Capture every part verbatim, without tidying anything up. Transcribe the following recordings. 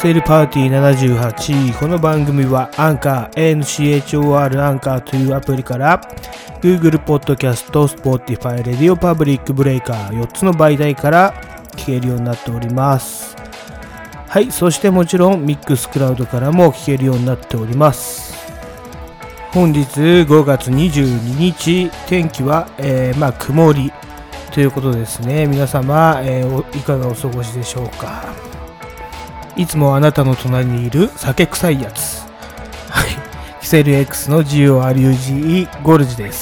セルパーティーななじゅうはち。この番組はアンカー エヌシーエイチオーアール アンカーというアプリから Google Podcast、Spotify、Radio Public Breaker よっつの媒体から聞けるようになっております。はい、そしてもちろんミックスクラウドからも聞けるようになっております。本日ごがつにじゅうににち、天気は、えー、まあ曇りということですね。皆様、えー、いかがお過ごしでしょうか。いつもあなたの隣にいる酒臭いやつ、はい、キセル X の ジーオーアールユージー ゴルジです。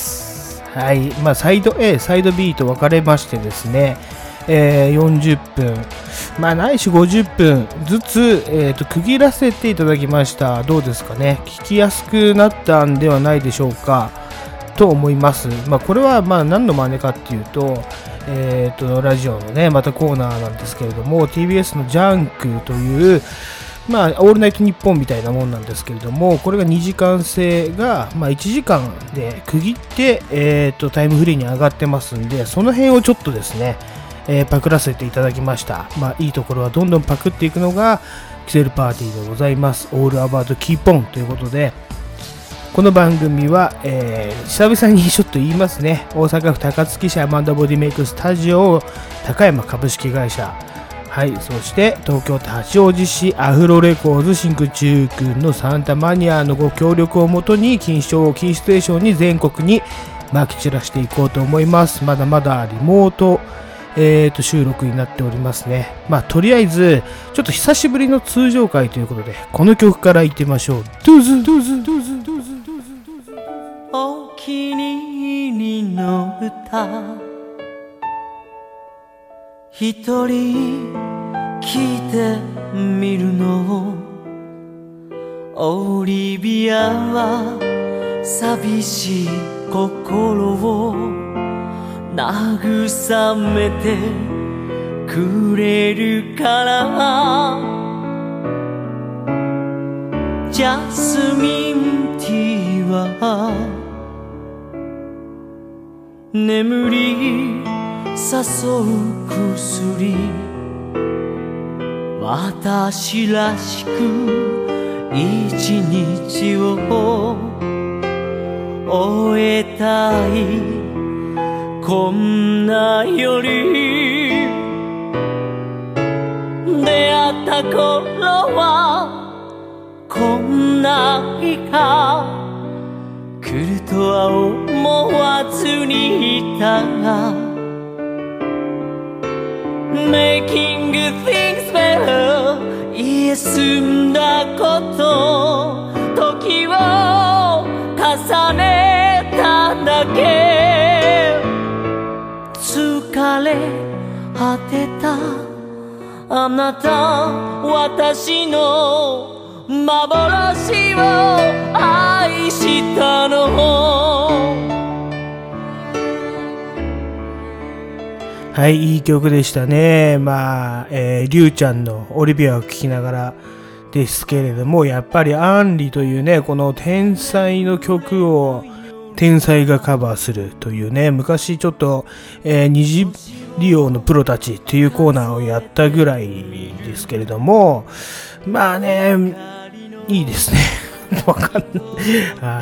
はい、まあサイド A、サイド B と分かれましてですね、えー、よんじゅっぷん、まあないしごじゅっぷんずつ、えー、と区切らせていただきました。どうですかね。聞きやすくなったんではないでしょうかと思います。まあこれはまあ何の真似かっていうと、えー、とラジオのねまたコーナーなんですけれども、 ティービーエス のジャンクというまあオールナイトニッポンみたいなもんなんですけれども、これがにじかん制がまあいちじかんで区切って、えー、とタイムフリーに上がってますんで、その辺をちょっとですね、えー、パクらせていただきました。まあいいところはどんどんパクっていくのがキセルパーティーでございます。オールアバウトキーポンということで、この番組は、えー、久々にちょっと言いますね。大阪府高槻市アマンダボディメイクスタジオ高山株式会社、はい、そして東京都八王子市アフロレコーズ真空中君のサンタマニアのご協力をもとに金賞をキーステーションに全国にまき散らしていこうと思います。まだまだリモートえー、と収録になっておりますね。まあとりあえずちょっと久しぶりの通常回ということで、この曲からいってみましょう。どうぞどうぞどうぞどうぞどうぞどうぞ。 お気に入りの歌、一人聞いてみるの。オリビアは寂しい心を慰めてくれるから。ジャスミンティーは眠り誘う薬、私らしく一日を終えたい。こんな夜出会った頃はこんな日が来るとは思わずにいた。 Making things better、 いえ済んだこと時を重ねただけ。疲れ果てたあなた、私の幻を愛したの。 はい、いい曲でしたね。まあ、えー、りゅうちゃんのオリビアを聴きながらですけれども、やっぱりアンリというね、この天才の曲を天才がカバーするというね、昔ちょっと、えー、二次利用のプロたちっていうコーナーをやったぐらいですけれども、まあね、いいですね。わかんない。はい。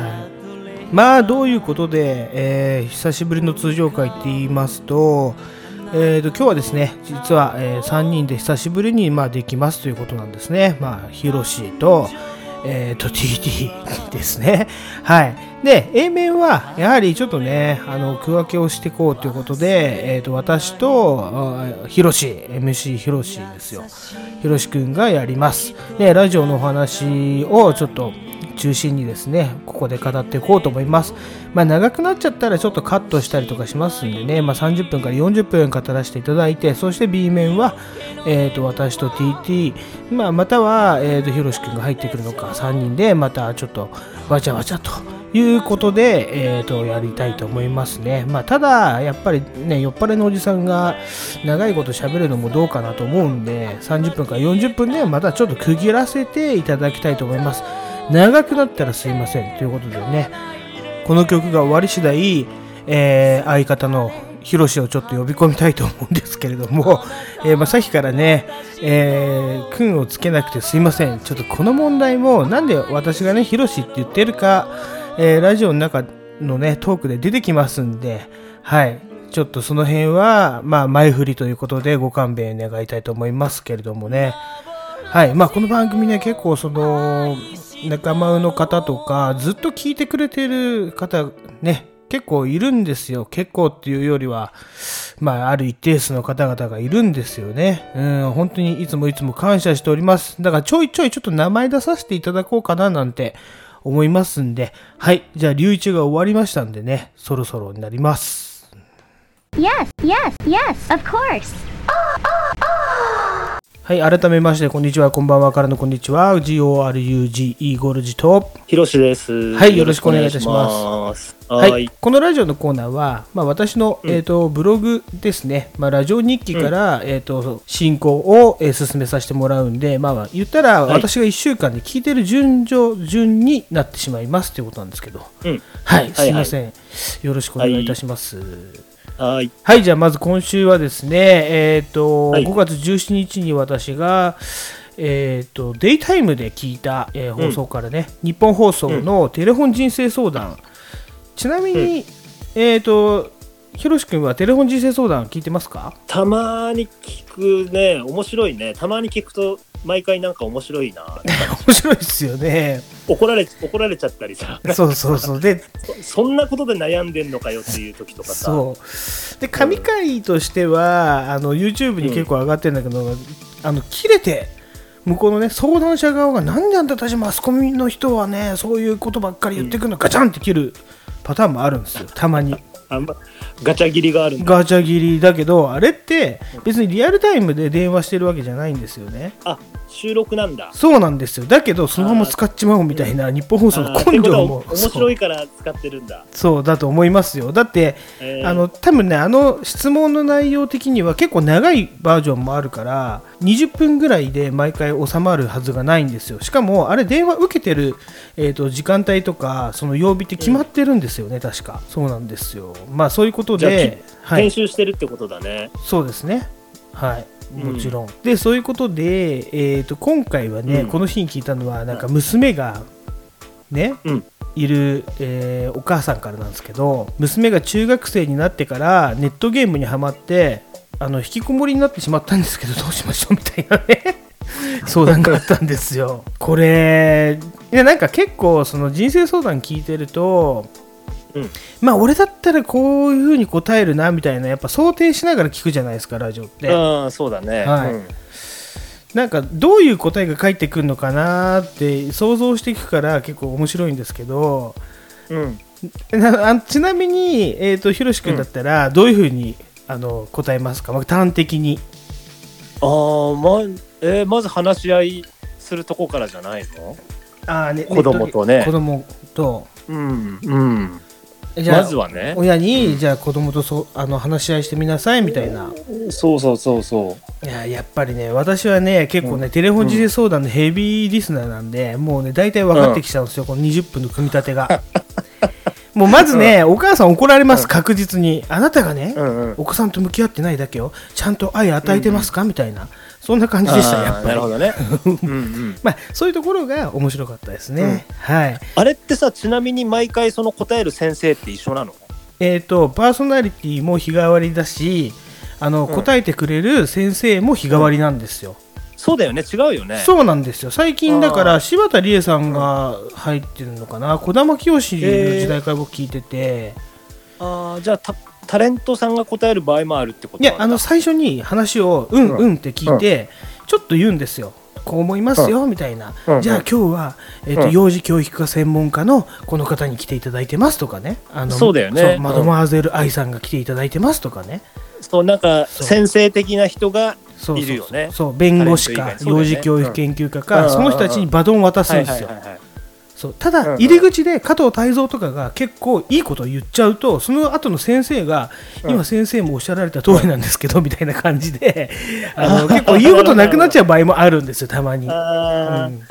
まあどういうことで、えー、久しぶりの通常会って言いますと、えーと今日はですね、実は、えー、さんにんで久しぶりにまあできますということなんですね。まあヒロシとえーと ティーティー ですね。はい。で A 面はやはりちょっとね、あの区分けをしていこうということで、えーと私とヒロシ エムシー ヒロシですよ。ヒロシくんがやります。でラジオのお話をちょっと中心にですね、ここで語っていこうと思います。まあ長くなっちゃったらちょっとカットしたりとかしますんでね、まあさんじゅっぷんからよんじゅっぷん語らせていただいて、そして B 面は、えー、と私と ティーティー、まあ、または、えー、とひろしくんが入ってくるのか、さんにんでまたちょっとわちゃわちゃということで、えー、とやりたいと思いますね。まあただやっぱりね、酔っ払いのおじさんが長いこと喋るのもどうかなと思うんで、さんじゅっぷんからよんじゅっぷんでまたちょっと区切らせていただきたいと思います。長くなったらすいませんということでね、この曲が終わり次第、えー、相方のヒロシをちょっと呼び込みたいと思うんですけれども、えー、まあさっきからね、えー、くんをつけなくてすいません。ちょっとこの問題もなんで私がねヒロシって言ってるか、えー、ラジオの中のねトークで出てきますんで、はいちょっとその辺はまあ前振りということでご勘弁願いたいと思いますけれどもね。はいまあこの番組ね結構その仲間の方とかずっと聞いてくれてる方ね結構いるんですよ。結構っていうよりはまあある一定数の方々がいるんですよね。うん本当にいつもいつも感謝しております。だからちょいちょいちょっと名前出させていただこうかななんて思いますんで、はいじゃあ龍一が終わりましたんでねそろそろになります。 Yes, yes, yes, of course. はい、改めましてこんにちは、こんばんはからのこんにちは。 ジーオーアールユージー ゴルジとひろしです。 はい、よろしくお願いいたします。はい、はい、このラジオのコーナーは、まあ、私の、うんえー、とブログですね、まあ、ラジオ日記から、うんえー、と進行を、えー、進めさせてもらうんで、まあ、言ったら、はい、私がいっしゅうかんで聞いてる順序順になってしまいますということなんですけど、うん、はい、すいません、はいはい、よろしくお願いいたします。はいはい、はい、じゃあまず今週はですね、えーとはい、ごがつじゅうしちにちに私が、えーと、デイタイムで聞いた、えー、放送からね、うん、日本放送のテレフォン人生相談、うん、ちなみに、うん、えーとひろし君はテレフォン人生相談聞いてますか？ たまに聞くね、面白いね。たまに聞くと毎回なんか面白いな面白いですよね。 怒られ怒られちゃったりさそうそうそうでそ, そんなことで悩んでんのかよっていう時とかさそうで神回としてはあの YouTube に結構上がってるんだけど、うん、あの切れて向こうのね相談者側がなんであんたたちマスコミの人はねそういうことばっかり言ってくるの、うん、ガチャンって切るパターンもあるんですよたまにあんまガチャ切りがあるんだ。 ガチャ切りだけどあれって別にリアルタイムで電話してるわけじゃないんですよね。 あ収録なんだ。 そうなんですよ。だけどそのまま使っちまおうみたいな日本放送の根性も面白いから使ってるんだ。 そうだと思いますよ。だって、えー、あの多分ねあの質問の内容的には結構長いバージョンもあるからにじゅっぷんぐらいで毎回収まるはずがないんですよ。しかもあれ電話受けてる、えーと、時間帯とかその曜日って決まってるんですよね、うん、確か。そうなんですよ。まあそういうことで、 はい、編集してるってことだね。 そうですね。はい。もちろん、うん、でそういうことで、えー、と今回はね、うん、この日に聞いたのはなんか娘がね、うん、いる、えー、お母さんからなんですけど、娘が中学生になってからネットゲームにハマってあの引きこもりになってしまったんですけどどうしましょうみたいなね相談があったんですよ。これいやなんか結構その人生相談聞いてるとうん、まあ俺だったらこういう風に答えるなみたいなやっぱ想定しながら聞くじゃないですかラジオって。 ああそうだね、はいうん、 なんかどういう答えが返ってくるのかなって想像していくから結構面白いんですけど、うん、なちなみに、えーと、ひろし君だったらどういう風に、うん、あの答えますか、まあ、端的に。 あ、まえー、まず話し合いするとこからじゃないの？あ、ね、子供とね。 子供とうんうんじゃあまずはね親に、うん、じゃあ子供とそあの話し合いしてみなさいみたいな。 そうそうそうそう。 いややっぱりね私はね結構ね、うん、テレフォン人生相談のヘビーリスナーなんで、うん、もうね大体分かってきちゃうんですよ、うん、このにじゅっぷんの組み立てがもうまずね、うん、お母さん怒られます、うん、確実に。あなたがね、うんうん、お子さんと向き合ってないだけよちゃんと愛与えてますか、うんうん、みたいなそんな感じでしたやっぱり。 なるほどねうん、うん、 まあそういうところが面白かったですね、うん、はい。 あれってさちなみに毎回その答える先生って一緒なの？ えーとパーソナリティも日替わりだしあの、うん、答えてくれる先生も日替わりなんですよ、うん、 そうだよね違うよね。 そうなんですよ。最近だから柴田理恵さんが入ってるのかな、児玉清の時代から僕聞いてて、えー、あじゃあたタレントさんが答える場合もあるってことなんだ。 いやあの最初に話をうんうんって聞いて、うん、ちょっと言うんですよ。こう思いますよ、うん、みたいな、うん、じゃあ今日は、えーとうん、幼児教育科専門家のこの方に来ていただいてますとかね、あのそうだよね、 マドモアゼル愛さんが来ていただいてますとかね、 そうなんか先生的な人がいるよね。そうそうそうそう弁護士か、ね、幼児教育研究家か、うん、その人たちにバトンを渡すんですよ。そうただ入り口で加藤泰造とかが結構いいことを言っちゃうとその後の先生が、うん、今先生もおっしゃられた通りなんですけどみたいな感じであの結構言うことなくなっちゃう場合もあるんですよたまに。あ、 うん、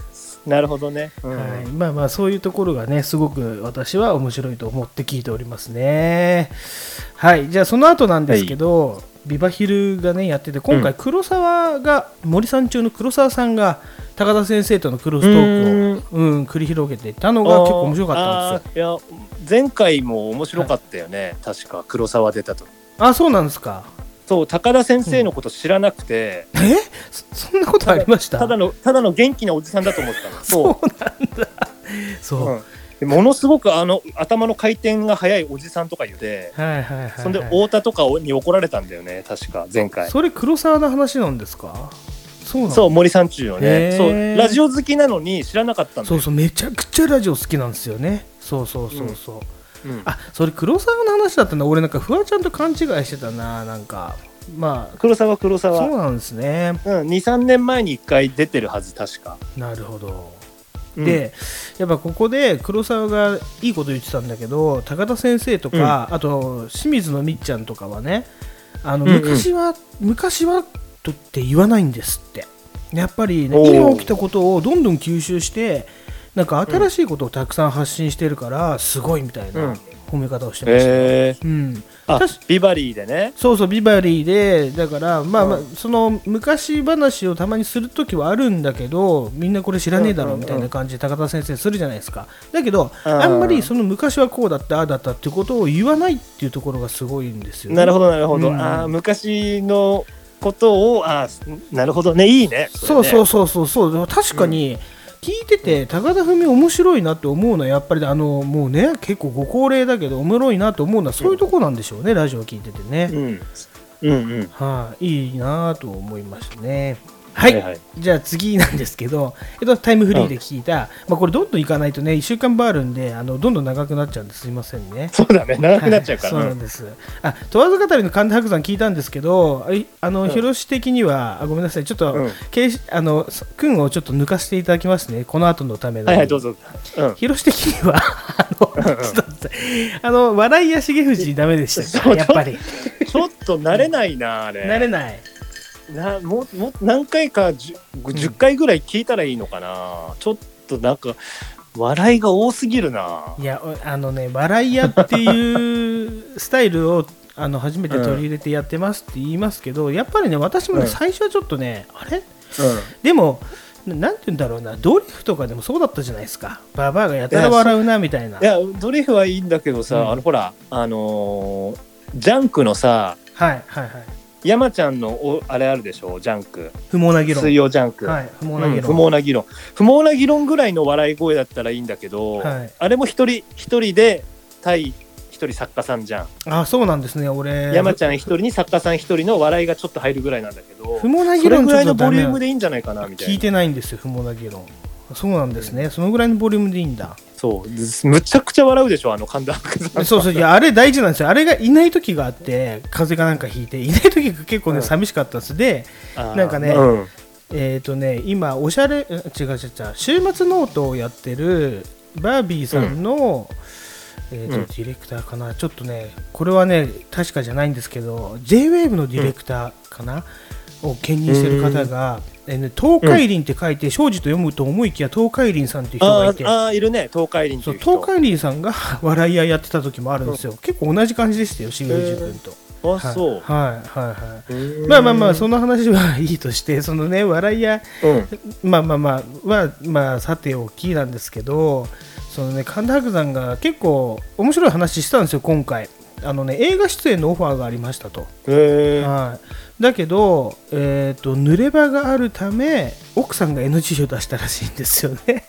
なるほどね、 うん、はい、まあまあそういうところがねすごく私は面白いと思って聞いておりますね。はい、じゃあその後なんですけど、はい、ビバヒルがねやってて今回黒沢が、うん、森さん中の黒沢さんが高田先生とのクロストークを、うん、繰り広げていたのが結構面白かったんですよ。 いや前回も面白かったよね、はい、確か黒沢出たと。 あ、そうなんですか。 そう高田先生のこと知らなくて、 うん、え そ, そんなことありました。 ただのただの元気なおじさんだと思ってたの。 そうなんだ。そう、 うん、でものすごくあの頭の回転が速いおじさんとか言って、 はいはいはいはい、 そんで太田とかに怒られたんだよね確か前回。 それ黒沢の話なんですか。そうなの。 そう森三中のね。そうラジオ好きなのに知らなかったんだよ。 そうそうめちゃくちゃラジオ好きなんですよね。そうそうそうそう、うんうん、あそれ黒沢の話だったんだ。俺なんかフワちゃんと勘違いしてたな。なんかまあ黒沢黒沢そうなんですね、 うん、にさんねんまえにいっかい出てるはず確か。 なるほど。で、うん、やっぱここで黒沢がいいこと言ってたんだけど高田先生とか、うん、あと清水のみっちゃんとかはねあの、うんうん、昔は昔はとって言わないんですって。やっぱり、ね、今起きたことをどんどん吸収してなんか新しいことをたくさん発信してるからすごいみたいな褒め方をしてました、 えーうん、あビバリーでね。 そうそうビバリーでだからまあまあ、うん、その昔話をたまにするときはあるんだけどみんなこれ知らねえだろみたいな感じで高田先生するじゃないですか。だけどあんまりその昔はこうだったああだったっていうことを言わないっていうところがすごいんですよね。 なるほどなるほど、うん、あ昔のことをあなるほどねいいね。 そ, ねそうそうそうそうそう確かに、うん聞いてて高田文面白いなって思うのはやっぱりあのもうね結構ご高齢だけどおもろいなと思うのはそういうとこなんでしょうね、うん、ラジオ聞いててね、 うんうんうん、 はい、いいなと思いましたね。はい、はいはい、じゃあ次なんですけど、えっと、タイムフリーで聞いた、うんまあ、これどんどんいかないとねいっしゅうかん分あるんであのどんどん長くなっちゃうんですいませんね。 そうだね長くなっちゃうから、 はい、そうなんです。あ問わず語りの神田伯山聞いたんですけどあの、うん、広志的にはあごめんなさいちょっと、うん、あの君をちょっと抜かしていただきますねこの後のための。 はいはいどうぞ、うん、 広志的にはあの、うんうん、あの笑いや重藤ダメでしたかやっぱりちょっと慣れないなあれ慣れないなもも何回か 10, じゅっかいぐらい聞いたらいいのかな、うん、ちょっとなんか笑いが多すぎるな。 いやあのね笑い屋っていうスタイルをあの初めて取り入れてやってますって言いますけど、うん、やっぱりね私もね、うん、最初はちょっとねあれ、うん、でもなんて言うんだろうなドリフとかでもそうだったじゃないですかババアがやたら笑うなみたいな。 いやドリフはいいんだけどさ、うん、あのほらあのー、ジャンクのさはいはいはい山ちゃんのおあれあるでしょジャンク不毛な議論水曜ジャンク、 はい、不毛な議論、うん、 不毛な議論不毛な議論ぐらいの笑い声だったらいいんだけど、はい、あれも一人一人で対一人作家さんじゃん。 あそうなんですね。俺山ちゃん一人に作家さん一人の笑いがちょっと入るぐらいなんだけど不毛な議論それぐらいのボリュームでいいんじゃないかなみたいな。 聞いてないんですよ不毛な議論。そうなんですね、うん、そのぐらいのボリュームでいいんだ。 そうむちゃくちゃ笑うでしょあの神田伯山。 そうそういやあれ大事なんですよ。あれがいない時があって風がなんか引いていない時が結構ね、うん、寂しかったです。でなんかね、うん、えっ、ー、とね今おしゃれ違う違う違う週末ノートをやってるバービーさんの、うんえーとうん、ディレクターかなちょっとねこれはね確かじゃないんですけど ジェイウェーブ のディレクターかな、うん、を兼任してる方が、えーね、東海林って書いて庄司と読むと思いきや東海林さんっていう人がいてああいるね東海林っていう人。 そう東海林さんが笑い屋やってた時もあるんですよ、うん、結構同じ感じでしたよ重藤君と。 あそうはいはいはいまあまあまあその話はいいとしてそのね笑い屋、うん、まあまあまあはまあさておきなんですけどそのね神田伯山が結構面白い話したんですよ今回。あのね映画出演のオファーがありましたと。 へはい、だけど、えーと、濡れ場があるため奥さんが エヌジー を出したらしいんですよね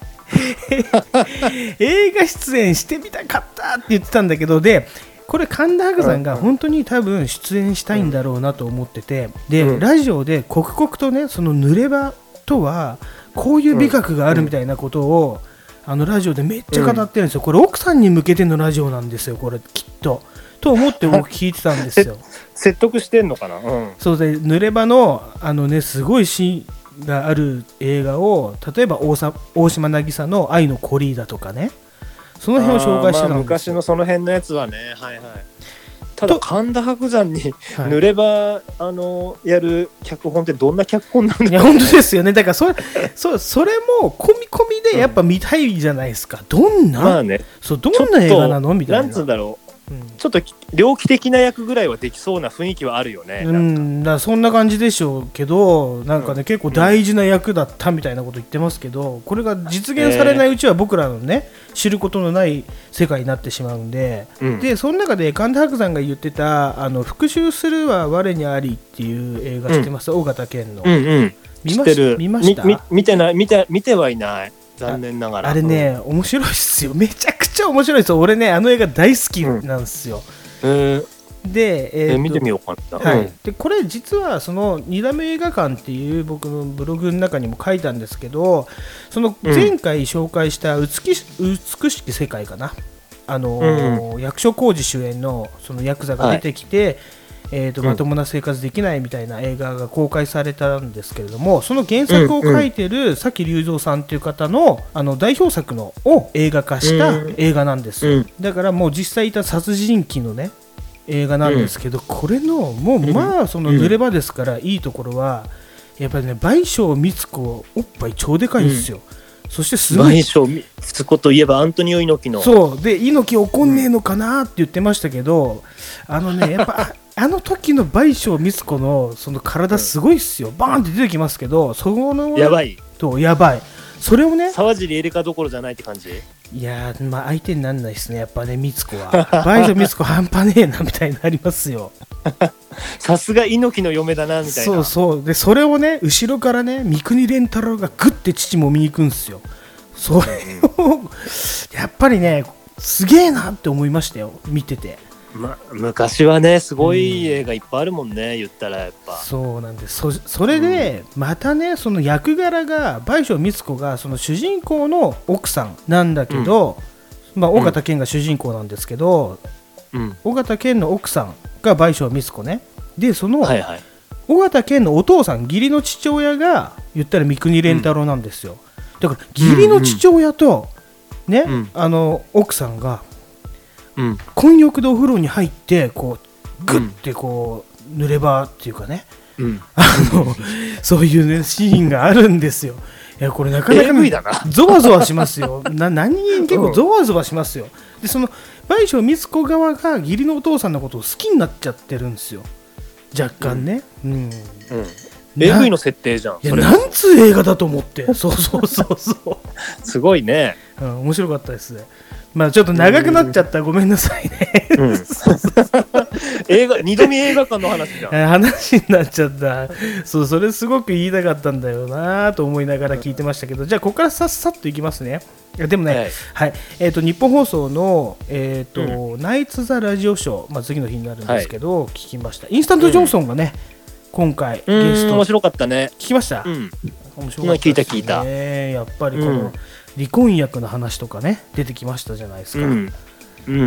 映画出演してみたかったって言ってたんだけどでこれ神田伯山が本当に多分出演したいんだろうなと思っててで、うん、ラジオで刻々とねその濡れ場とはこういう美学があるみたいなことを、うん、あのラジオでめっちゃ語ってるんですよ。これ奥さんに向けてのラジオなんですよこれきっとと思って僕聞いてたんですよ説得してんのかな、うん、 そうで濡れ場のあのねすごいシーンがある映画を例えば 大, さ大島渚の愛のコリーダとかねその辺を紹介してたんですよ。 まあ、昔のその辺のやつはねはいはいただ神田伯山に濡れ場、はい、あのやる脚本ってどんな脚本なんだろう、ね、 いや本当ですよね。だからそれそそれも込み込みでやっぱ見たいじゃないですか、うん、どんな、まあね、そうどんな映画なのみたいな。 なんつうんだろう、うん、ちょっと猟奇的な役ぐらいはできそうな雰囲気はあるよね。 うんだそんな感じでしょうけど、なんかね、うん、結構大事な役だったみたいなこと言ってますけど、これが実現されないうちは僕らのね、えー、知ることのない世界になってしまうんで、うん、でその中で神田伯山が言ってたあの復讐するは我にありっていう映画知ってます、うん、尾形健の、 うんうん、 見ま知ってる。 見ました？ みみ見てない見て見てはいない。残念ながらあ, あれね、うん、面白いっすよ。めちゃくちゃ面白いですよ。俺ねあの映画大好きなんですよ、うんえー、で、 えー、えー、見てみようかな、 はいうん、 でこれ実はそのにだめ映画館っていう僕のブログの中にも書いたんですけど、その前回紹介した美し、美しき世界かな、あのーうん、役所広司主演のそのヤクザが出てきて、はいえー、とまともな生活できないみたいな映画が公開されたんですけれども、その原作を書いてる崎龍三さんという方 の, あの代表作のを映画化した映画なんですよ。だからもう実際いた殺人鬼のね映画なんですけど、これのもうまあその濡れ場ですからいいところはやっぱりね、倍賞美津子おっぱい超でかいんですよ、うん、そしてすごい倍賞美津子といえばアントニオ猪木のそうで猪木怒んねえのかなって言ってましたけど、あのねやっぱあの時の倍賞美津子のその体すごいっすよ、うん、バーンって出てきますけど、そのやばいとやばい、それをね沢尻エリカどころじゃないって感じ。 いやー、まあ相手にならないですねやっぱね、美津子は倍賞美津子半端ねえなみたいになりますよさすが猪木の嫁だなみたいな。 そうそうでそれをね後ろからね三國連太郎がグッて父も見に行くんですよ。それをやっぱりねすげえなって思いましたよ見てて。 ま、昔はねすごい映画いっぱいあるもんね、うん、言ったらやっぱそうなんです。 そ, それで、うん、またねその役柄が倍賞美津子がその主人公の奥さんなんだけど、うんまあ、尾形健が主人公なんですけど、うん、尾形健の奥さんが倍賞美津子ね。でその、はいはい、尾形健のお父さん義理の父親が言ったら三國連太郎なんですよ、うん、だから義理の父親と、うんねうん、あの奥さんがうん、混浴でお風呂に入ってこうグッてこう濡れ場っていうかね、うん、あのそういう、ね、シーンがあるんですよ。いやこれなかなか、ね、 だなゾワゾワしますよな何人結構ゾワゾワしますよ。でその倍賞美津子側が義理のお父さんのことを好きになっちゃってるんですよ若干ね、うんうんうん、 エーブイ の設定じゃん。 いやなんつう映画だと思ってそうそうそうそうすごいね、 うん、面白かったですね。まあちょっと長くなっちゃった、ごめんなさいね、うん、 映画二度見映画館の話じゃん話になっちゃった。そうそれすごく言いたかったんだよなと思いながら聞いてましたけど、じゃあここからさっさっといきますね。でもね、はいはいえー、と日本放送の、えーとうん、ナイツ・ザ・ラジオショー、まあ、次の日になるんですけど、はい、聞きました。インスタント・ジョンソンがね、うん、今回ゲスト面白かったね。 聞きました、うん、面白かったですね。 聞いた聞いた。 やっぱりこの、うん離婚役の話とかね出てきましたじゃないですか、うんうんうん、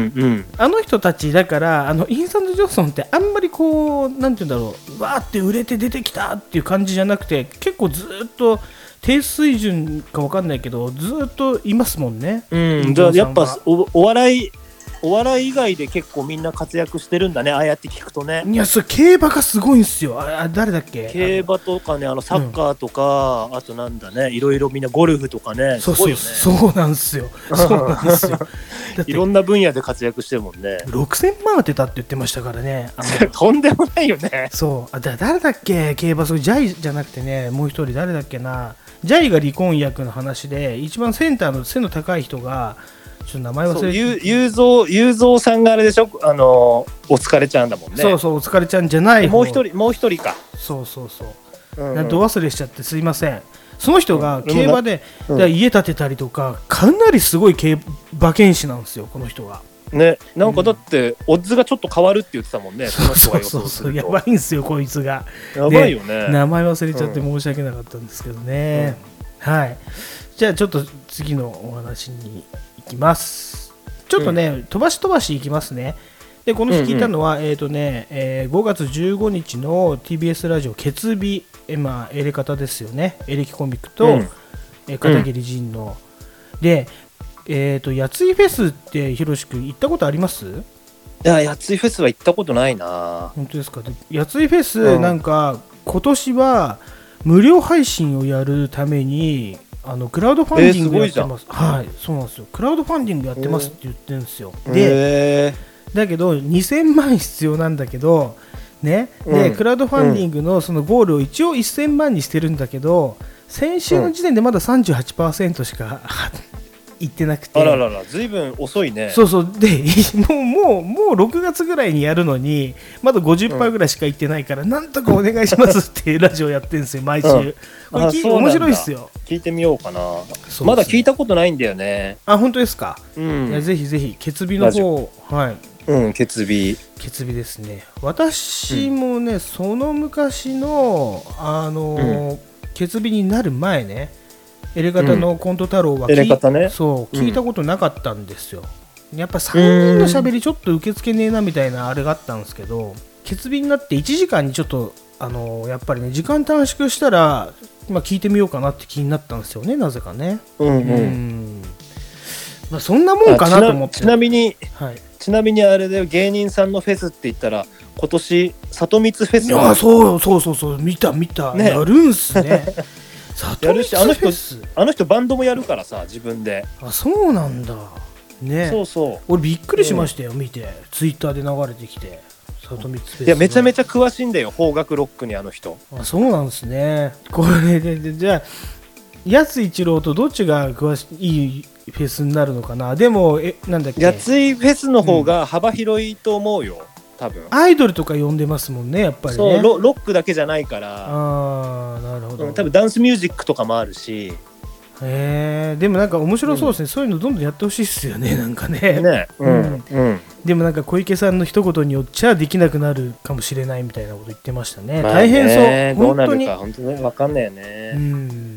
あの人たちだからあのインスタントジョンソンってあんまりこうなんて言うんだろうわーって売れて出てきたっていう感じじゃなくて結構ずっと低水準か分かんないけどずっといますもんね、 うん、じゃあやっぱ お, お笑いお笑い以外で結構みんな活躍してるんだね、ああやって聞くとね。 いやそれ競馬がすごいんですよ。あ誰だっけ、 競馬とかね、あのサッカーとか、うん、あとなんだね、いろいろみんなゴルフとかね、 そうそう、すごいよね。そうなんですよそうなんですよいろんな分野で活躍してるもんね。 ろくせんまん当てたって言ってましたからねとんでもないよね。 そうあだ誰だっけ競馬、それジャイじゃなくてねもう一人誰だっけな、ジャイが離婚役の話で一番センターの背の高い人がちょっと名前忘れて、 ゆうぞうゆうぞうさんがあれでしょ、あのお疲れちゃんだもんね。 そうそうお疲れちゃんじゃない方、 もう一人もう一人か。 そうそうそう、うんうん、ど忘れしちゃってすいません。その人が競馬で、うん、家建てたりとかかなりすごい競馬券士なんですよこの人がね。なんかだって、うん、オッズがちょっと変わるって言ってたもんね。 そうそうそうそうやばいんですよこいつが。 やばいよね。 名前忘れちゃって申し訳なかったんですけどね、うん、はいじゃあちょっと次のお話に行きます。ちょっとね、うん、飛ばし飛ばしいきますね。でこの日聞いたのは、うんうん、えーとねえー、ごがつじゅうごにちの ティービーエス ラジオ決日、えまあ、エレカタですよね。エレキコミックと、うんえー、片桐仁の、うん、で、えーと、やついフェスってひろし君行ったことあります？ いや、やついフェスは行ったことないな。 本当ですか。でやついフェス、うん、なんか今年は無料配信をやるためにあのクラウドファンディングやってます、えー、はい、そうなんですよ。クラウドファンディングやってますって言ってるんですよ。で、だけどにせんまん必要なんだけどね、で、うん、クラウドファンディングのそのゴールを一応せんまんにしてるんだけど、先週の時点でまだ さんじゅうはちパーセント しか行ってなくて、 あららら、ずいぶん遅いね。 そうそう、でもうもうもうろくがつぐらいにやるのにまだ ごじゅっパーセント ぐらいしか行ってないから、うん、なんとかお願いしますってラジオやってるんですよ毎週、うん、これき面白いっすよ。 聞いてみようかな。まだ聞いたことないんだよね。 あ、本当ですか。 うん、 いやぜひぜひ決日の方、はい、 うん、決日決日ですね。私もね、うん、その昔のあのーうん、決日になる前ね、エレガタのコント太郎は、うん、エレガタね、そう聞いたことなかったんですよ、うん、やっぱさんにんのしゃべりちょっと受け付けねえなみたいなあれがあったんですけど、決日になっていちじかんにちょっとあのー、やっぱりね時間短縮したら、まあ、聞いてみようかなって気になったんですよね、なぜかね。うんうん、うんまあ、そんなもんかなと思って。 ちなみに、はい、ちなみにあれで芸人さんのフェスって言ったら今年里光フェス。 あ、そうそうそうそう、見た見た、ね、やるんすねやるし、あの人あの人バンドもやるからさ、自分で。 あ、そうなんだね。 そうそう、 俺びっくりしましたよ、うん、見てツイッターで流れてきて里光フェス。 いや、めちゃめちゃ詳しいんだよ、邦楽ロックにあの人。 あ、そうなんですね。これで、でじゃあやつ一郎とどっちが詳しいいいフェスになるのかな。でもえなんだっけ、 やついフェスの方が幅広いと思うよ、多分。 アイドルとか呼んでますもんね、やっぱりね。 そう ロ, ロックだけじゃないから。 あー、なるほど、 うん、多分ダンスミュージックとかもあるし。 へー、でもなんか面白そうですね、うん、そういうのどんどんやってほしいっすよね、なんかね。 ね、うんうん、 でもなんか小池さんの一言によっちゃできなくなるかもしれないみたいなこと言ってましたね。 まあ、 大変そう、 どうなるか本当に分かんないよね。 うん、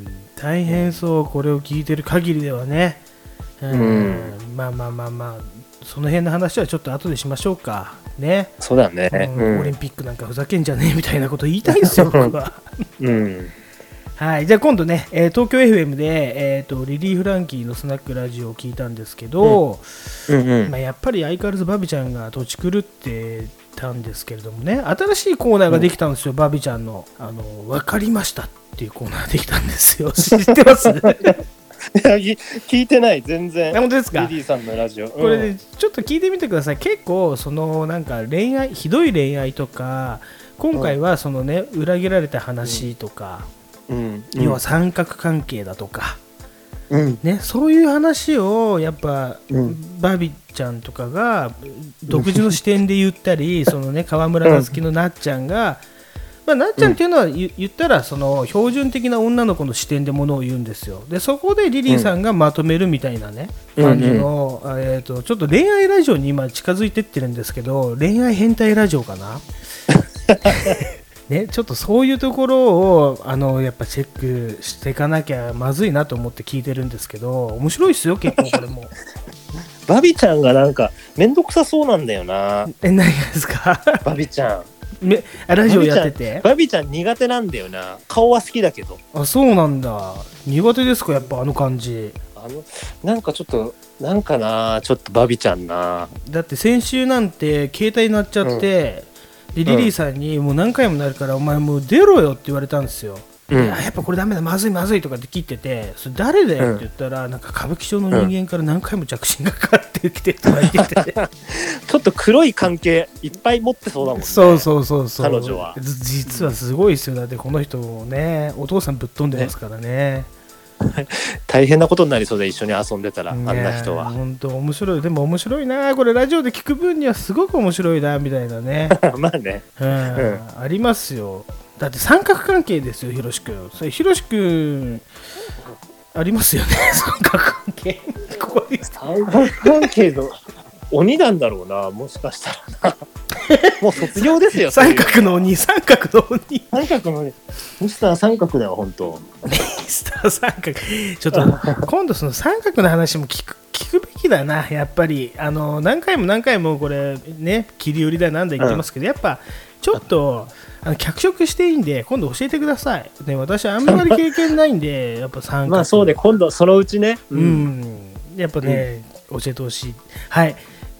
大変そう、これを聞いてる限りではね。うんうん、まあまあまあまあ、その辺の話はちょっと後でしましょうかね。 そうだね、 うんうん、オリンピックなんかふざけんじゃねえみたいなこと言いたいですよ僕は、うん、はい。じゃあ今度ね、えー、東京 エフエム で、えー、とリリー・フランキーのスナックラジオを聞いたんですけど、うんうんうん、まあ、やっぱり相変わらずバビちゃんが土地狂ってたんですけれどもね、新しいコーナーができたんですよ、うん、バビちゃんの、あの分かりましたっていうコーナーできたんですよ。知ってますいや聞いてない、全然。 本当ですか。 リリーさんのラジオ、うん、 これで、ね、ちょっと聞いてみてください。結構そのなんか恋愛、ひどい恋愛とか、今回はそのね、裏切られた話とか、うんうん、要は三角関係だとか、うんね、そういう話をやっぱ、うん、バビちゃんとかが独自の視点で言ったり、そのね、川村が好きのなっちゃんが、まあ、なっちゃんっていうのは言ったらその標準的な女の子の視点でものを言うんですよ。でそこでリリーさんがまとめるみたいなね、うん、感じの、うんうん、えーと、ちょっと恋愛ラジオに今近づいてってるんですけど、恋愛変態ラジオかなね、ちょっとそういうところをあのやっぱチェックしていかなきゃまずいなと思って聞いてるんですけど、面白いっすよ結構これも。 バビちゃんがなんかめんどくさそうなんだよな。 え、何ですかバビちゃん。 ラジオやっててバビちゃん苦手なんだよな。顔は好きだけど。 あ、そうなんだ。苦手ですか、やっぱあの感じ。 あのなんかちょっとなんかな、ちょっとバビちゃんな。 だって先週なんて携帯鳴っちゃって、うん、でリリーさんにもう何回もなるから、うん、お前もう出ろよって言われたんですよ。うん、やっぱこれダメだ、まずいまずいとかって切ってて、それ誰だよって言ったら、うん、なんか歌舞伎町の人間から何回も着信がかかってきてとか言ってて、うん、 ちょっと黒い関係いっぱい持ってそうだもんね。 そうそうそうそう、彼女は実はすごいですよ。だってこの人ね、お父さんぶっ飛んでますからね。 大変なことになりそうで、一緒に遊んでたら、あんな人は。 本当面白い。でも面白いな、これラジオで聞く分にはすごく面白いなみたいなね。 まあね、 うんうん、ありますよ。だって三角関係ですよ、ひろしくん。それひろしくんありますよね、三角関係。ここに三角関係の鬼なんだろうな、もしかしたらな。もう卒業ですよ。 三角の鬼、三角の鬼。 三角の鬼。ミスター三角だよ、本当。 ミスター三角。ちょっと今度その三角の話も聞く聞くべきだな、やっぱり。あの何回も何回もこれね、切り売りだなんだ言ってますけど、うん、やっぱちょっとあの脚色していいんで、今度教えてください。ね、私あんまり経験ないんで、やっぱ三角。 まあそうで、今度そのうちね。 うん。うん、やっぱね、うん、教えてほしい。はい。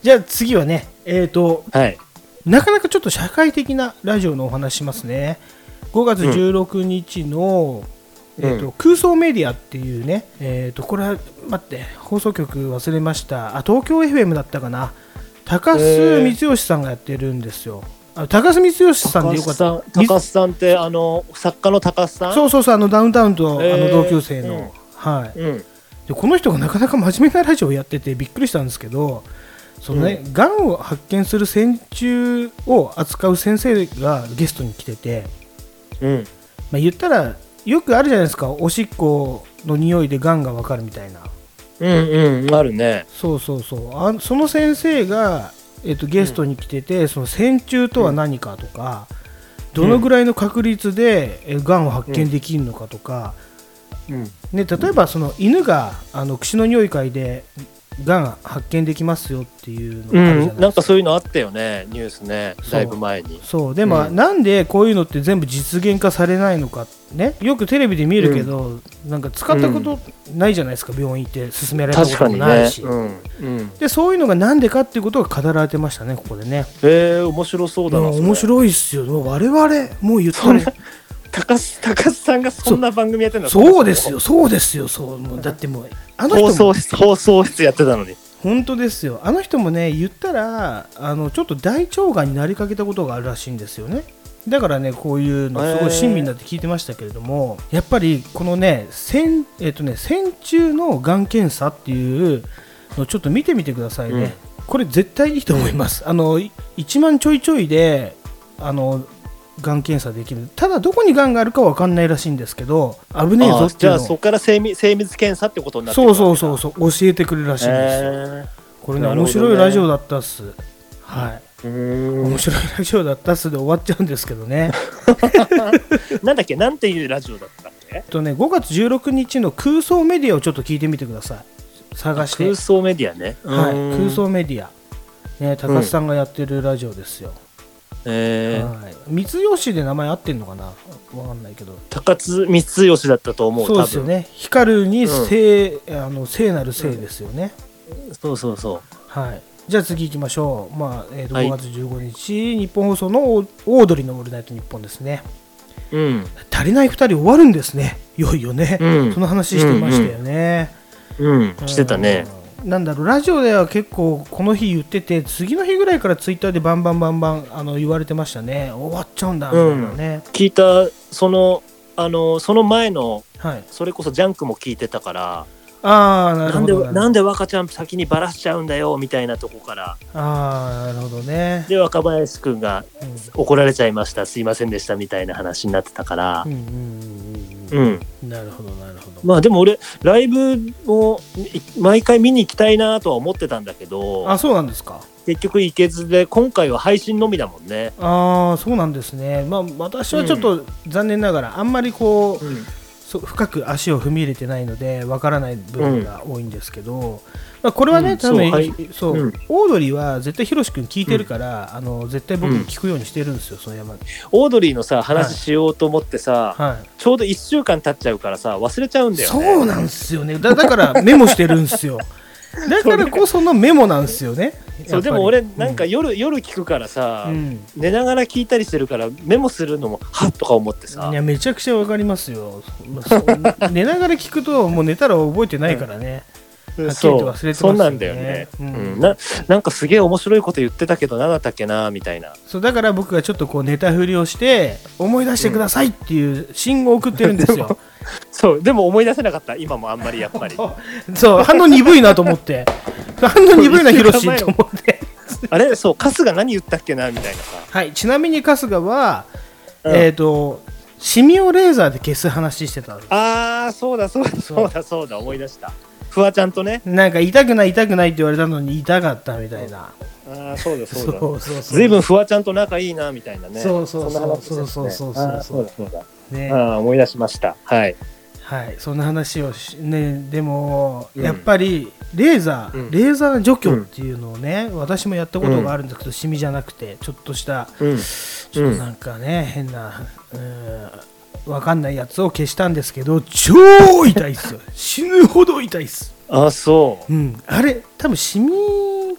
じゃあ次はね、えっ、ー、と、 はい。 なかなかちょっと社会的なラジオのお話しますね。ごがつじゅうろくにちの、うん、えーとうん、空想メディアっていうね、えーと、これは、待って、放送局忘れました。あ、東京 エフエム だったかな。高須光義さんがやってるんですよ。あ、高須光義さんでよかった。 高須さんってあの作家の高須さん？ そうそうそう、あのダウンタウンと、あの同級生の、うん、はい、うん、でこの人がなかなか真面目なラジオをやっててびっくりしたんですけど、そのね、うん、がんを発見する線虫を扱う先生がゲストに来てて、うん、まあ、言ったらよくあるじゃないですか、おしっこの匂いでがんが分かるみたいな。 うんうん、あるね。 そうそうそう、あその先生が、えーと、ゲストに来てて、うん、その線虫とは何かとか、うん、どのぐらいの確率でがんを発見できるのかとか、うんね、例えばその犬があの口の匂い嗅いでがん発見できますよっていうのがあるじゃないですか、 うん、なんかそういうのあったよね、ニュースね、だいぶ前に。 そうでも、うん、なんでこういうのって全部実現化されないのかね、よくテレビで見るけど、うん、なんか使ったことないじゃないですか、うん、病院行って勧められたこともないし、ね、うんうん、でそういうのがなんでかっていうことが語られてましたね、ここでね。 へえー、面白そうだな。 面白いっすよ。我々もう言ったね高須高須さんがそんな番組やってるの？ そうですよ、そうですよ、そう、もうだってもうあの人も放送室放送室やってたのに。 本当ですよ。あの人もね、言ったらあのちょっと大腸がんになりかけたことがあるらしいんですよね。だからね、こういうのすごい親身になって聞いてましたけれども、やっぱりこのね、線えっとね線虫のがん検査っていうのちょっと見てみてくださいね、うん、これ絶対いいと思います。あのいちまんちょいちょいであのがん検査できる。ただどこにがんがあるかは分かんないらしいんですけど、危ねえぞっていうの。 じゃあそこから精密、精密検査ってことになってる。 そうそうそうそう、教えてくれるらしいんですよ、えー、これね、面白いラジオだったっす。はい、うーん、面白いラジオだったっすで終わっちゃうんですけどねなんだっけ、なんていうラジオだったっけ。 とね、ごがつじゅうろくにちの空想メディアをちょっと聞いてみてください。探して。 空想メディアね、 はい、空想メディア、ね、高須さんがやってるラジオですよ、うん、えー、はい、三吉で名前合ってんのかな、わかんないけど、 高津三吉だったと思う。 そうですよね、光るに聖、うん、あの聖なる聖ですよね、 うん、そうそうそう、 はい。じゃあ次行きましょう。まあえー、とごがつじゅうごにち、はい、日本放送のオードリーのオールナイトニッポンですね、うん、足りないふたり終わるんですね、いよいよね、うん、その話してましたよね、 うんうんうん、してたね。 なんだろう、ラジオでは結構この日言ってて、次の日ぐらいからツイッターでバンバンバンバンあの言われてましたね。終わっちゃうんだみたいなね、 うん、聞いた。そのあのその前の、はい、それこそジャンクも聞いてたから、 あー、なるほど、 なんでなんで若ちゃん先にバラしちゃうんだよみたいなとこから、 あー、なるほどね。 で若林くんが、うん、怒られちゃいました、すいませんでしたみたいな話になってたから、うんうんうんうん、なるほどなるほど。 まあでも俺ライブも毎回見に行きたいなとは思ってたんだけど、 あ、そうなんですか。 結局行けずで、今回は配信のみだもんね。 ああ、そうなんですね。まあ私はちょっと残念ながら、うん、あんまりこう、うん、そ深く足を踏み入れてないのでわからない部分が多いんですけど、うん、まあ、これはね、うん、多分そう、はい、そう、うん、オードリーは絶対ひろし君聞いてるから、うん、あの絶対僕も聞くようにしてるんですよ、うん、その山で。 オードリーのさ話しようと思ってさ、はい、ちょうどいっしゅうかん経っちゃうからさ忘れちゃうんだよね。 そうなんですよね。 だ, だからメモしてるんですよだからこそのメモなんですよね。 そう、でも俺なんか夜、うん、夜聞くからさ、うん、寝ながら聞いたりしてるからメモするのもはっとか思ってさ。 いや、めちゃくちゃわかりますよ寝ながら聞くともう寝たら覚えてないからね、うん、はっきりと忘れてますよね。 そうなんだよね、うんうん、な, なんかすげえ面白いこと言ってたけど何だったっけなみたいな。 そうだから僕がちょっとこうネタ振りをして思い出してくださいっていう信号を送ってるんですよ、うんそうでも思い出せなかった今もあんまりやっぱりそう反応鈍いなと思って反応鈍いなヒロシと思ってあれそう春日何言ったっけなみたいなさ。 はい、ちなみに春日は、うん、えっ、ー、とシミをレーザーで消す話してたんです。 ああそうだそうだそうだそうだ思い出した。フワちゃんとね、 なんか痛くない痛くないって言われたのに痛かったみたいな。 ああそうだそうだそうそうそう。ずいぶんフワちゃんと仲いいなみたいなね。 そうそうそうそうそうそうそうそうだそうだね。ああ思い出しました。はいはい、そんな話をしね。でも、うん、やっぱりレーザー、うん、レーザー除去っていうのをね、うん、私もやったことがあるんですけど、シミじゃなくてちょっとした、うん、ちょっとなんかね、変な、うん、わかんないやつを消したんですけど超痛いっすよ死ぬほど痛いっす。 あ、そう、 うん、あれ多分シミ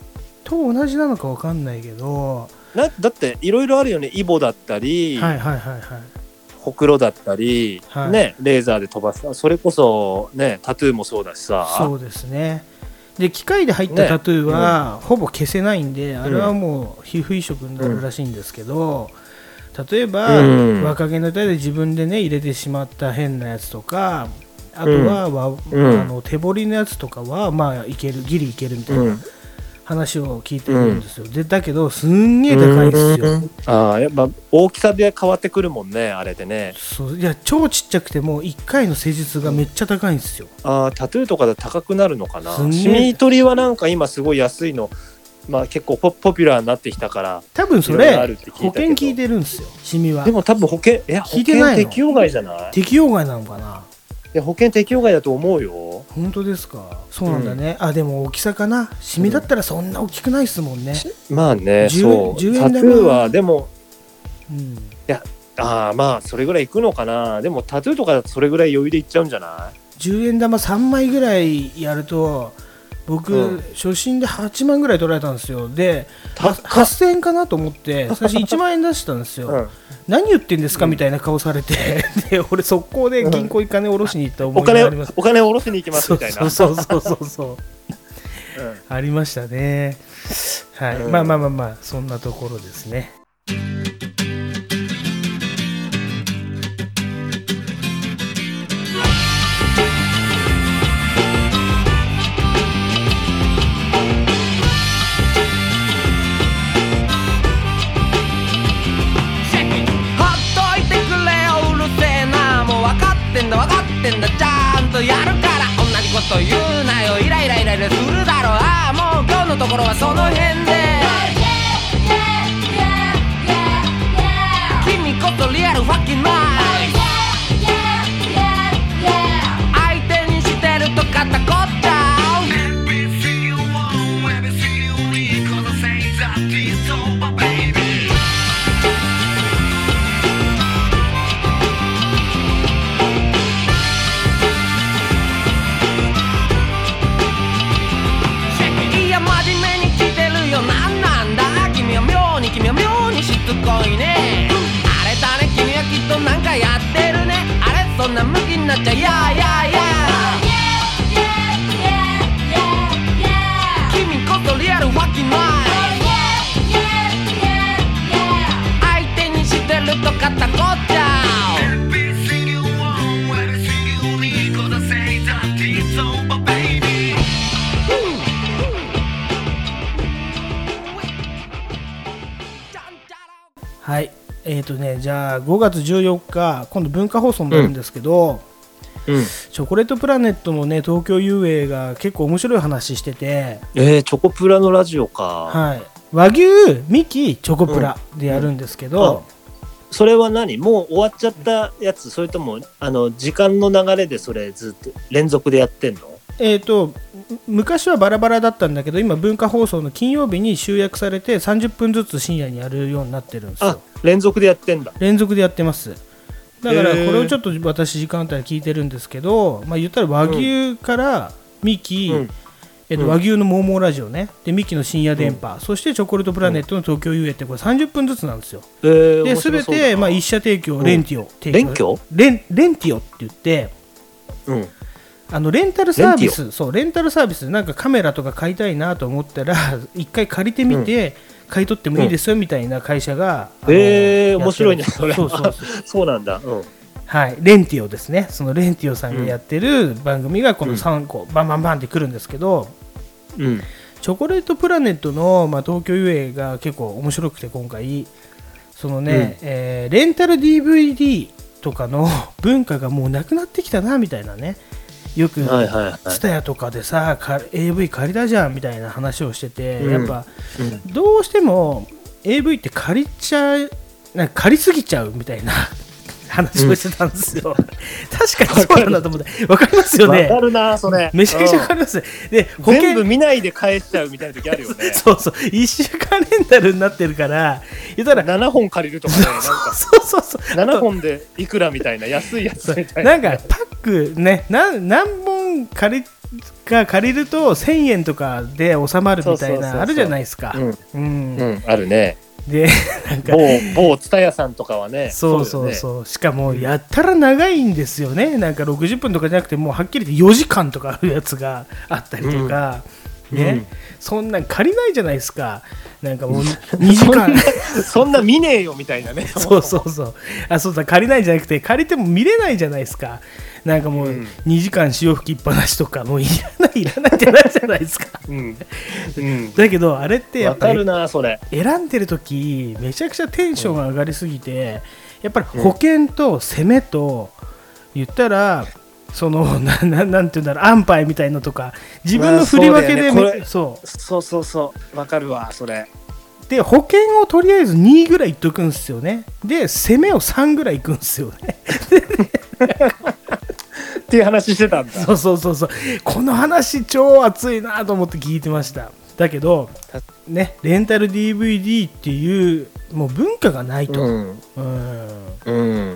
と同じなのか分かんないけど、 なだっていろいろあるよね。イボだったり、 はいはいはいはい、 ほくろだったり、 はい、 ね、レーザーで飛ばす、それこそねタトゥーもそうだしさ。 そうですね。で機械で入ったタトゥーは、ね、ほぼ消せないんで、あれはもう皮膚移植になるらしいんですけど、うん、例えば、うん、若気の至りで自分でね入れてしまった変なやつとか、あとは、うん、あの手彫りのやつとかはまあいける、ギリいけるみたいな話を聞いてるんですよ、うん、でだけどすんげえ高いんですよ、うん、 ああやっぱ大きさで変わってくるもんね、あれでね。 そういや超ちっちゃくてもいっかいの施術がめっちゃ高いんですよ。 ああタトゥーとかで高くなるのかな。シミ取りはなんか今すごい安いの、まあ、結構 ポ, ポピュラーになってきたから、 多分それ保険効いてるんですよ、シミは。 でも多分保険え保険適用外じゃない？ 適用外なのかな。 いや保険適用外だと思うよ。 本当ですか。そうなんだね、うん、あでも大きさかな。シミだったらそんな大きくないですもんね、 うん、まあねそうタトゥーはでも、うん、いやあまあそれぐらいいくのかな。でもタトゥーとかだとそれぐらい余裕でいっちゃうんじゃない？ じゅうえん玉さんまいぐらいやると僕、うん、初診ではちまんぐらい取られたんですよ。ではっせんえんかなと思って最初いちまんえん出したんですよ、うん、何言ってんですかみたいな顔されて、で俺速攻で銀行に金下ろしに行った思いがあります、 うん、お金お金下ろしに行きますみたいな。 そうそうそうそうそう、うん、ありましたね。はい、うん、まあまあまあまあそんなところですね。 分かってんだちゃんとやるから、同じこと言うなよ、イライライライラするだろ。ああもう今日のところはその辺で、君こそリアルファッキンマイ、相手にしてると肩こっちゃう。君は妙にしつこいね、あれだね君はきっとなんかやってるね、あれそんなムキになっちゃやーやーやー、君こそリアルファッキンマイ、相手にしてると肩こっちゃう。 はい、えーとね、じゃあごがつじゅうよっか今度文化放送になるんですけど、うんうん、チョコレートプラネットのね東京遊泳が結構面白い話してて、 えー、チョコプラのラジオか、 はい、和牛ミキチョコプラでやるんですけど、うんうん、 それは何もう終わっちゃったやつ、それともあの時間の流れでそれずっと連続でやってんの？ えーと昔はバラバラだったんだけど今文化放送の金曜日に集約されてさんじゅっぷんずつ深夜にやるようになってるんですよ。 あ、連続でやってんだ。 連続でやってます。だからこれをちょっと私時間あったら聞いてるんですけど、まあ、言ったら和牛からミキ、うんえー、と和牛のモーモーラジオね、でミキの深夜電波、うん、そしてチョコレートプラネットの東京遊泳ってこれさんじゅっぷんずつなんですよ、えー、で全てまあ一社提供、レンティオ提供、レンレンティオって言って、うんあのレンタルサービス、そうレンタルサービスなんかカメラとか買いたいなと思ったら一回借りてみて、うん、買い取ってもいいですよみたいな会社が、 うん、えー、面白いねそれ。 そうそうそうそうなんだ、うん、 はい、レンティオですね。そのレンティオさんがやってる番組がこのさんこ、うん、バンバンバンってくるんですけど、うん、チョコレートプラネットの、まあ、東京遊泳が結構面白くて今回そのね、うんえー、レンタル ディーブイディー とかの文化がもうなくなってきたなみたいなね、よくツタヤとかでさ エーブイ 借りたじゃんみたいな話をしてて、うん、やっぱ、うん、どうしても エーブイ って借りちゃうなんか借りすぎちゃうみたいな話をしてたんですよ、うん、確かにそうなんだと思ってわかりますよね。 わかるなそれ。 めちゃくちゃわかります。で保険全部見ないで返しちゃうみたいな時あるよね。 そうそういっしゅうかんレンタルになってるから言ったらななほん借りるとかね、なんかそうそうそうななほんでいくらみたいな安いやつみたいな、 なんかパックねな何本借りが借りるとせんえんとかで収まるみたいなあるじゃないですか。 うん、 うんうん、あるね。 でなんか某某蔦屋さんとかはね、 そうそうそう、ね、しかもやったら長いんですよね。なんかろくじゅっぷんとかじゃなくてもうはっきり言ってよじかんとかあるやつがあったりとか、うん、ね、うん、そんなん借りないじゃないですか。なんかもうにじかんそんな見ねえよみたいなね。 そうそうそう、あ、そうだ、借りないんじゃなくて借りても見れないじゃないですか。なんかもうにじかん潮吹きっぱなしとかもういらないいらないってないじゃないですか、うんうん、だけどあれってやっぱり選んでる時めちゃくちゃテンションが上がりすぎて、やっぱり保険と攻めと言ったらその な, な, なんていうんだろう、安牌みたいなとか自分の振り分けで、 まあそ, うそうそうそうわかるわそれで、保険をとりあえずにぐらいいっとくんですよね。で攻めをさんぐらいいくんですよねっていう話してたんだ。 そうそうそうそう、この話超熱いなと思って聞いてました。だけどね、レンタル ディーブイディー っていうもう文化がないと、うんうん、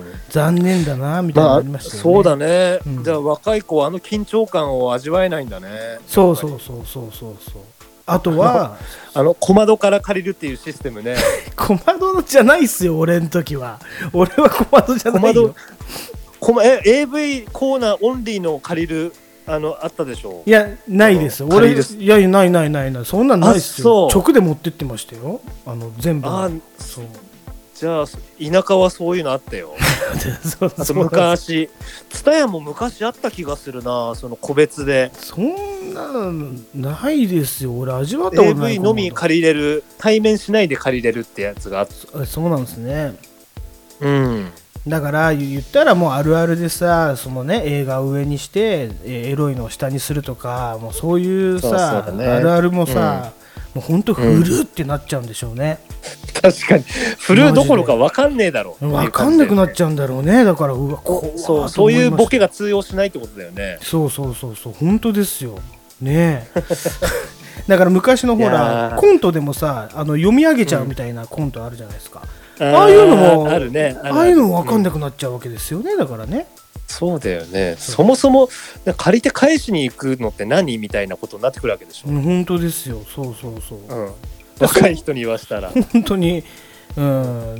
残念だなみたいなのありましたよね。 まあ、そうだね、うん、じゃあ若い子はあの緊張感を味わえないんだね。 そうそうそうそうそうそう。あとはあの小窓から借りるっていうシステムね小窓じゃないっすよ俺の時は。俺は小窓じゃないよ。 小窓え エーブイ コーナーオンリーの借りるあのあったでしょ。 いやないです俺。いやないないないない、そんなんないっすよ。直で持ってってましたよ、あの全部。あそう、 じゃあ田舎はそういうのあったよそうあと昔蔦屋も昔あった気がするな、その個別で。 そんなないですよ俺、味わったことない。 エーブイ のみ借りれる、対面しないで借りれるってやつがあった。 そうなんですね。 うん、 だから言ったらもうあるあるでさ、そのね映画を上にしてエロいのを下にするとか、もうそういうさ、そうそう、ね、あるあるもさ、うん、もうほんとフルってなっちゃうんでしょうね、 うん、確かにフルどころか分かんねえだろう、 分かんなくなっちゃうんだろうね。だからうわこそうそういうボケが通用しないってことだよね。 そうそうそうそう、本当ですよねだから昔のほらコントでもさ、あの読み上げちゃうみたいなコントあるじゃないですか、うん、ああいうのもあるね、 ああいうのも分かんなくなっちゃうわけですよね、だからね。 そうだよね。そもそも借りて返しに行くのって何みたいなことになってくるわけでしょ。 うん、本当ですよ。そうそうそう、うん、 若い人に言わしたら本当に、うん、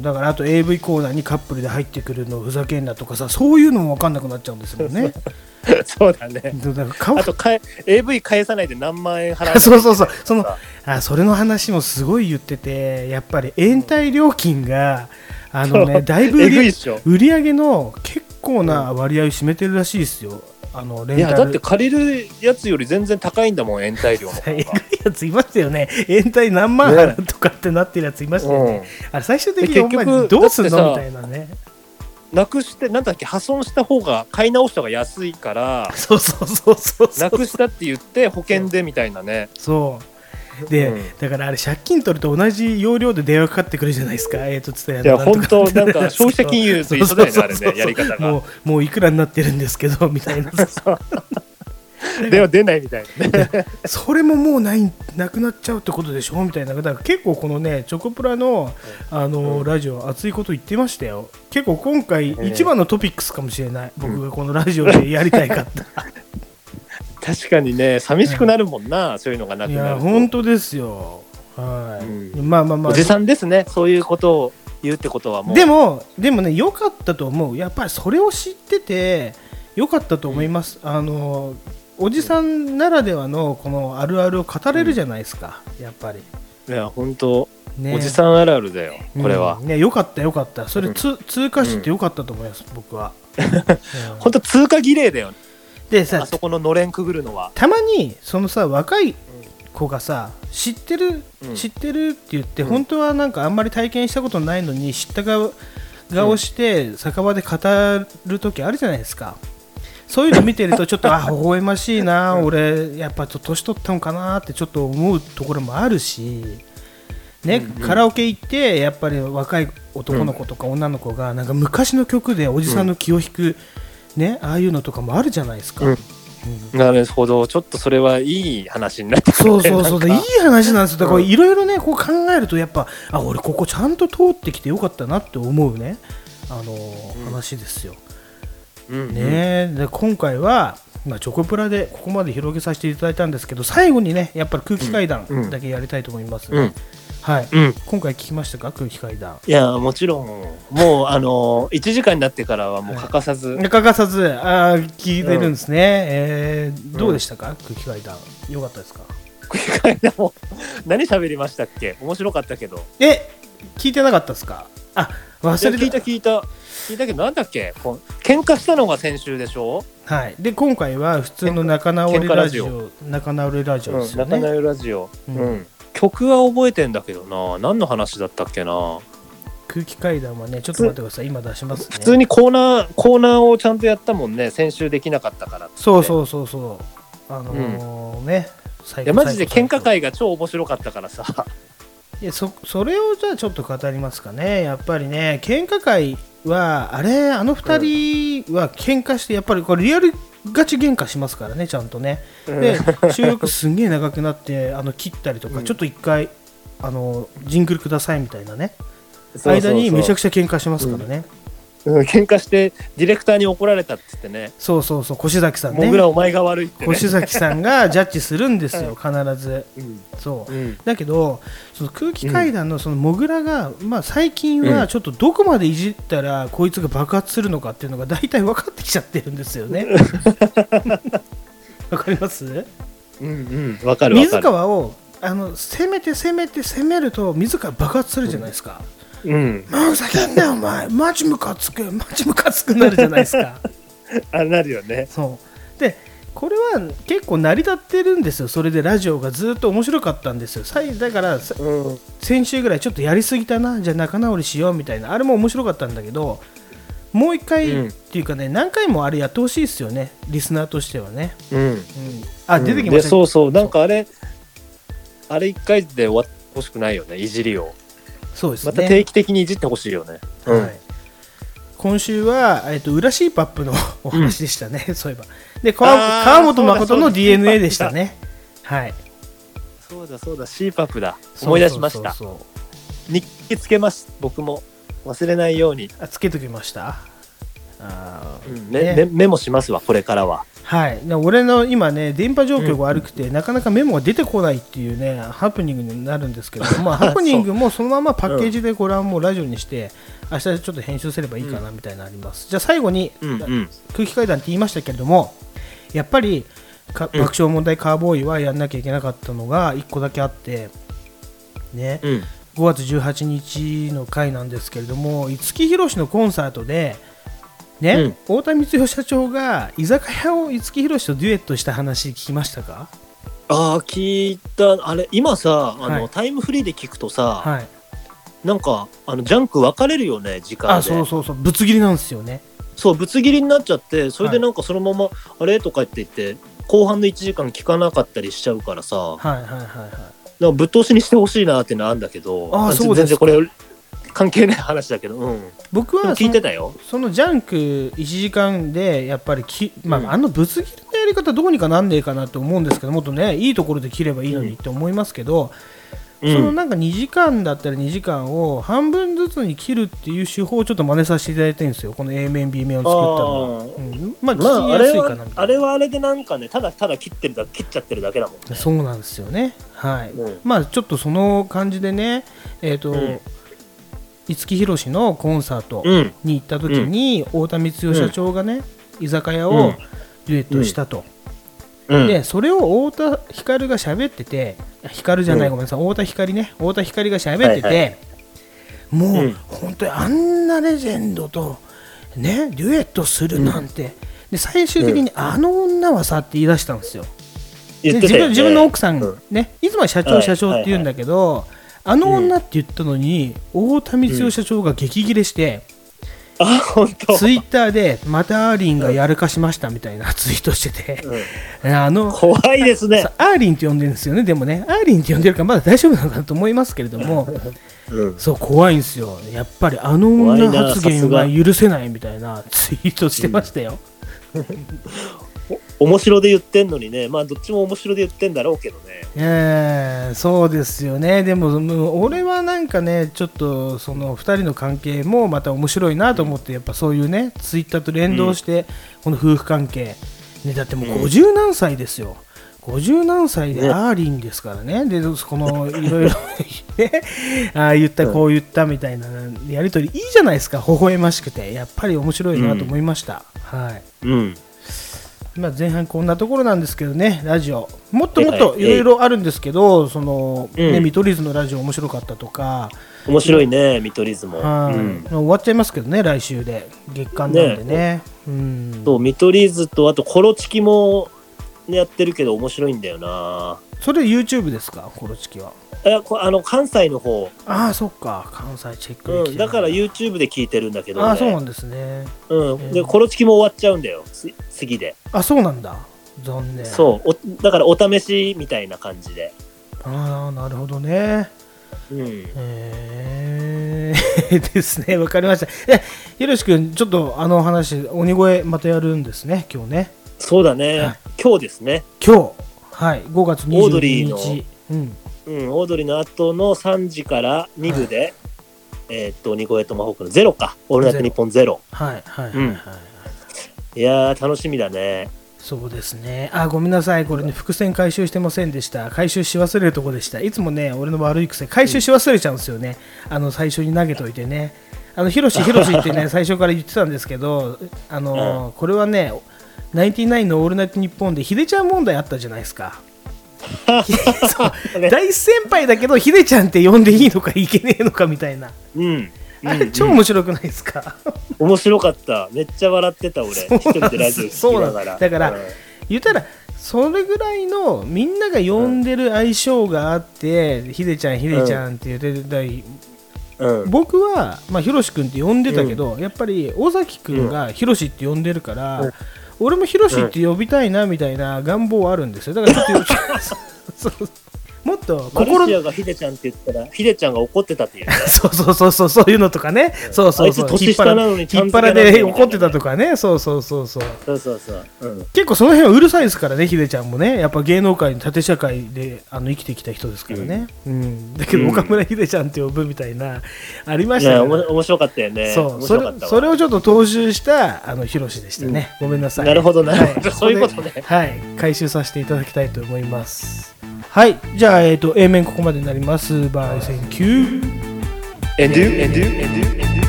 だからあと エーブイ コーナーにカップルで入ってくるのふざけんなとかさ、そういうのも分かんなくなっちゃうんですもんねそうだね。だからあとかえ エーブイ 返さないで何万円払うそうそうそう、そのあそれの話もすごい言ってて、やっぱり延滞料金があのねだいぶ売り売り上げの結構な割合を占めてるらしいですよ。あのレンタル、 いやだって借りるやつより全然高いんだもん、延滞料の方が。 えぐいやついましたよね。延滞何万払うとかってなってるやついましたよね、うん、あれ最終的にお前どうすんのみたいなね。 なくしてなんだっけ、破損した方が買い直した方が安いからそうそうそうそうなくしたって言って保険でみたいなね。 そうで、うん、だからあれ借金取ると同じ要領で電話かかってくるじゃないですか。えーとつたやいや本当なんか消費者金融と一緒だよねあれね、やり方が。 もうもういくらになってるんですけどみたいな電話出ないみたいなねそれももうないなくなっちゃうってことでしょみたいな。だから結構このねチョコプラのあの、うん、ラジオ熱いこと言ってましたよ。結構今回一番のトピックスかもしれない、うん、僕がこのラジオでやりたいかった確かにね寂しくなるもんな、うん、そういうのがなくなると。 いや本当ですよ。はい、うん、まあまあまあおじさんですね、そういうことを言うってことは。もうでもでもね良かったと思う。やっぱりそれを知ってて良かったと思います、うん、あのおじさんならではのこのあるあるを語れるじゃないですか、うん、やっぱり。 いや本当、ね、おじさんあるあるだよこれは、 うん、ね、よかったよかった。それ、うん、通過してよかったと思います、うん、僕は本当通過儀礼だよね。 でさ、 あそこののれんくぐるのはたまにそのさ若い子がさ知ってる、うん、知ってるって言って、うん、本当はなんかあんまり体験したことないのに知った顔顔して酒場で語る時あるじゃないですか。そういうの見てるとちょっとあ微笑ましいな、俺やっぱ年取ったのかなってちょっと思うところもあるしね、うんうん、カラオケ行ってやっぱり若い男の子とか女の子がなんか昔の曲でおじさんの気を引く、うん、ね、ああいうのとかもあるじゃないですか、うんうん、なるほど。ちょっとそれはいい話になってくる、ね、 そうそうそう、いい話なんですよ。だからいろいろねこう考えるとやっぱあ俺ここちゃんと通ってきてよかったなって思うね、あのーうん、話ですよ、うんうん、ね。で今回はまあ、チョコプラでここまで広げさせていただいたんですけど、最後にねやっぱり空気階段だけやりたいと思いますね、 うんはい、うん、今回聞きましたか、空気階段。 いやもちろんもうあのいちじかんになってからはもう欠かさず、 はい、欠かさずあ聞いてるんですね、うん、えー、どうでしたか、うん、空気階段よかったですか。 空気階段も何喋りましたっけ、面白かったけど。 え聞いてなかったですか。あ忘れて聞いた聞いた聞いたけどなんだっけ、喧嘩したのが先週でしょ。 はい、で今回は普通の仲直りラジオ仲直りラジオですよね、 うん、仲直りラジオ、うんうん、曲は覚えてんだけどな、何の話だったっけな。 空気階段はね、ちょっと待ってください、今出しますね。 普通にコーナーコーナーをちゃんとやったもんね、先週できなかったからって。 そうそうそうそうあのーうん、ねいやマジで喧嘩会が超面白かったからさ。 いや そ, それをじゃあちょっと語りますかね。やっぱりね喧嘩会はあれあのふたりは喧嘩してやっぱりこれリアルガチ喧嘩しますからね、ちゃんとね。で収録すんげえ長くなってあの切ったりとか、うん、ちょっと一回あのジングルくださいみたいなね、そうそうそう間にめちゃくちゃ喧嘩しますからね、うんうん、喧嘩してディレクターに怒られたって言ってね。 そうそうそう、越崎さんね、 もぐらお前が悪いって、ね、 越崎さんがジャッジするんですよ必ず、うん、そう、うん、だけどその空気階段のそのもぐらが、まあ、最近はちょっとどこまでいじったらこいつが爆発するのかっていうのが大体分かってきちゃってるんですよね。わかります？ うんうん分かる分かる。 水川をあの攻めて攻めて攻めると自ら爆発するじゃないですか、うん、もう叫んだよお前マジムカつくマジムカつくなるじゃないですか。 あなるよね。 そうでこれは結構成り立ってるんですよ。それでラジオがずっと面白かったんですよ。だから、うん、先週ぐらいちょっとやりすぎたな、じゃあ仲直りしようみたいなあれも面白かったんだけど、もう一回、うん、っていうかね何回もあれやってほしいですよね、リスナーとしてはね、うんうん、あ出てきました、 うん、そうそうなんかあれあれ一回で終わってほしくないよね、いじりを。 そうですね、 また定期的にいじってほしいよね、うん、 はい、今週は、えー、と裏シーパップのお話でしたね、うん、そういえばで川, 川本誠の ディーエヌエー でしたね。はい、 そうだそうだ シーパップ だ、思い出しました。そうそうそう、日記つけます、僕も忘れないように。 あつけときました。あ、 うんねね、メモしますわこれからは。 はい、俺の今ね電波状況が悪くて、うん、なかなかメモが出てこないっていうねハプニングになるんですけどまあハプニングもそのままパッケージでこれはもうラジオにして明日ちょっと編集すればいいかなみたいなのあります、うん、じゃあ最後に、うんうん、空気階段って言いましたけれどもやっぱり爆笑問題カーボーイはやんなきゃいけなかったのがいっこだけあってね、うん、ごがつじゅうはちにちの回なんですけれども五木ひろしのコンサートでね、うん、太田光代社長が居酒屋を五木ひろしとデュエットした話聞きましたか？ ああ聞いた。あれ今さあの、はい、タイムフリーで聞くとさ、はい、なんかあのジャンク分かれるよね時間で。 あそうそうそうぶつ切りなんですよね。 そうぶつ切りになっちゃってそれでなんかそのまま、はい、あれとか言って言って後半のいちじかん聞かなかったりしちゃうからさ、はいはいはいはい、なんかぶっ通しにしてほしいなってのあるんだけど、あそうです全然これ関係ない話だけど、うん、 僕は聞いてたよ。 そのジャンクいちじかんでやっぱりき、まあ、うん、あのぶつ切りのやり方どうにかなんねえかなと思うんですけどもっとねいいところで切ればいいのにって思いますけど、うん、そのなんかにじかんだったらにじかんを半分ずつに切るっていう手法をちょっと真似させていただいてるんですよ、この A 面 B 面を作ったのは。うん、まあ聞きやすいかなみたいな、まあ、 あれはあれでなんかねただただ切ってるだ切っちゃってるだけだもんね。 そうなんですよね。はい、うん、まあちょっとその感じでねえっ、ー、と、うん五木ひろしのコンサートに行った時に、うん、太田光代社長がね、うん、居酒屋をデュエットしたと、うん、でそれを太田光が喋ってて光じゃない、うん、ごめんなさい太田光ね太田光が喋ってて、はいはい、もう、うん、本当にあんなレジェンドとねデュエットするなんて、うん、で最終的に、うん、あの女はさって言い出したんですよ。で自分、自分の奥さん、うん、ねいつもは社長、はい、社長って言うんだけど、はいはいはい、あの女って言ったのに、うん、太田光代社長が激切れして、 うん、あ本当ツイッターでまたアーリンがやらかしましたみたいなツイートしてて、うん、あの怖いですね。 アーリンって呼んでるんですよね。でもねアーリンって呼んでるからまだ大丈夫なのかなと思いますけれども、うん、そう怖いんですよやっぱりあの女発言は許せないみたいなツイートしてましたよ、うん面白で言ってんのにね、まあどっちも面白で言ってんだろうけどね。 えー、そうですよね。でも俺はなんかねちょっとそのふたりの関係もまた面白いなと思って、やっぱそういうねツイッターと連動してこの夫婦関係ね、だってもうごじゅう何歳ですよ、ごじゅう何歳でアーリンですからね、でこのいろいろああ言ったこう言ったみたいなやり取りいいじゃないですか、微笑ましくてやっぱり面白いなと思いました、うん、はい、うん、まあ、前半こんなところなんですけどね、ラジオもっともっといろいろあるんですけど、その、ね、うん、見取り図のラジオ面白かったとか、 面白いね見取り図も、 はい、うん、終わっちゃいますけどね来週で月間なんでね、ね、うん、 そう見取り図とあとコロチキもやってるけど面白いんだよな。 それ YouTube ですかコロチキは。 えあの関西の方。 ああそっか関西チェックできてる、 うん、だから YouTube で聞いてるんだけど、ね、 ああそうなんですね、 うん、でコロチキも終わっちゃうんだよ次で。 あそうなんだ残念。 そうおだからお試しみたいな感じで。 ああなるほどね、うん、えー、ですねわかりました。えひろしくんちょっとあの話鬼越またやるんですね今日ね。 そうだね、はい、今日ですね今日はいごがつにじゅうににちオードリーの、うんうん、オードリーの後のさんじからに部で、はい、えー、っと鬼越トマホークのゼロかオールナイトニッポンゼロ。 はいはいはいはい、うん、 いやー楽しみだね。 そうですね。あごめんなさいこれね伏線回収してませんでした。回収し忘れるとこでした。いつもね俺の悪い癖回収し忘れちゃうんですよね、うん、あの最初に投げといてねあのヒロシヒロシってね最初から言ってたんですけどあの、うん、これはねナインティナインのオールナイトニッポンでヒデちゃん問題あったじゃないですかそう大先輩だけどヒデちゃんって呼んでいいのかいけねえのかみたいな、うん、あれ超面白くないですか、 うん、面白かった。めっちゃ笑ってた俺一人でラジオ聞きながら。 だから、うん、言ったらそれぐらいのみんなが呼んでる相性があって、うん、ヒデちゃんヒデちゃんって言ってたり、うん、僕は、まあ、ヒロシ君って呼んでたけど、うん、やっぱり尾崎君がヒロシって呼んでるから、うん、俺もヒロシって呼びたいなみたいな願望はあるんですよ。だからちょっとそうもっと心マルシアがヒデちゃんって言ったらヒデちゃんが怒ってたっていう、ね、 そうそうそうそうそういうのとかね、うん、そうそうそうあいつ年下なのにちゃん引っ張らで怒ってたとかね、そうそうそうそうそうそうそう、うん、 結構その辺はうるさいですからねヒデちゃんもね。やっぱ芸能界に縦社会であの生きてきた人ですからね、うんうん、だけど岡村ヒデちゃんって呼ぶみたいなありましたよね。 いや面白かったよね。 そうそれそれをちょっと踏襲したあのヒロシでしたね、うん、ごめんなさい。 なるほどなるほど、はい、そういうことね。 はい回収させていただきたいと思います。はい、じゃあ、えーと、A 面ここまでになります。バイセンキュー。 エンドゥエンドゥエンドゥエンドゥ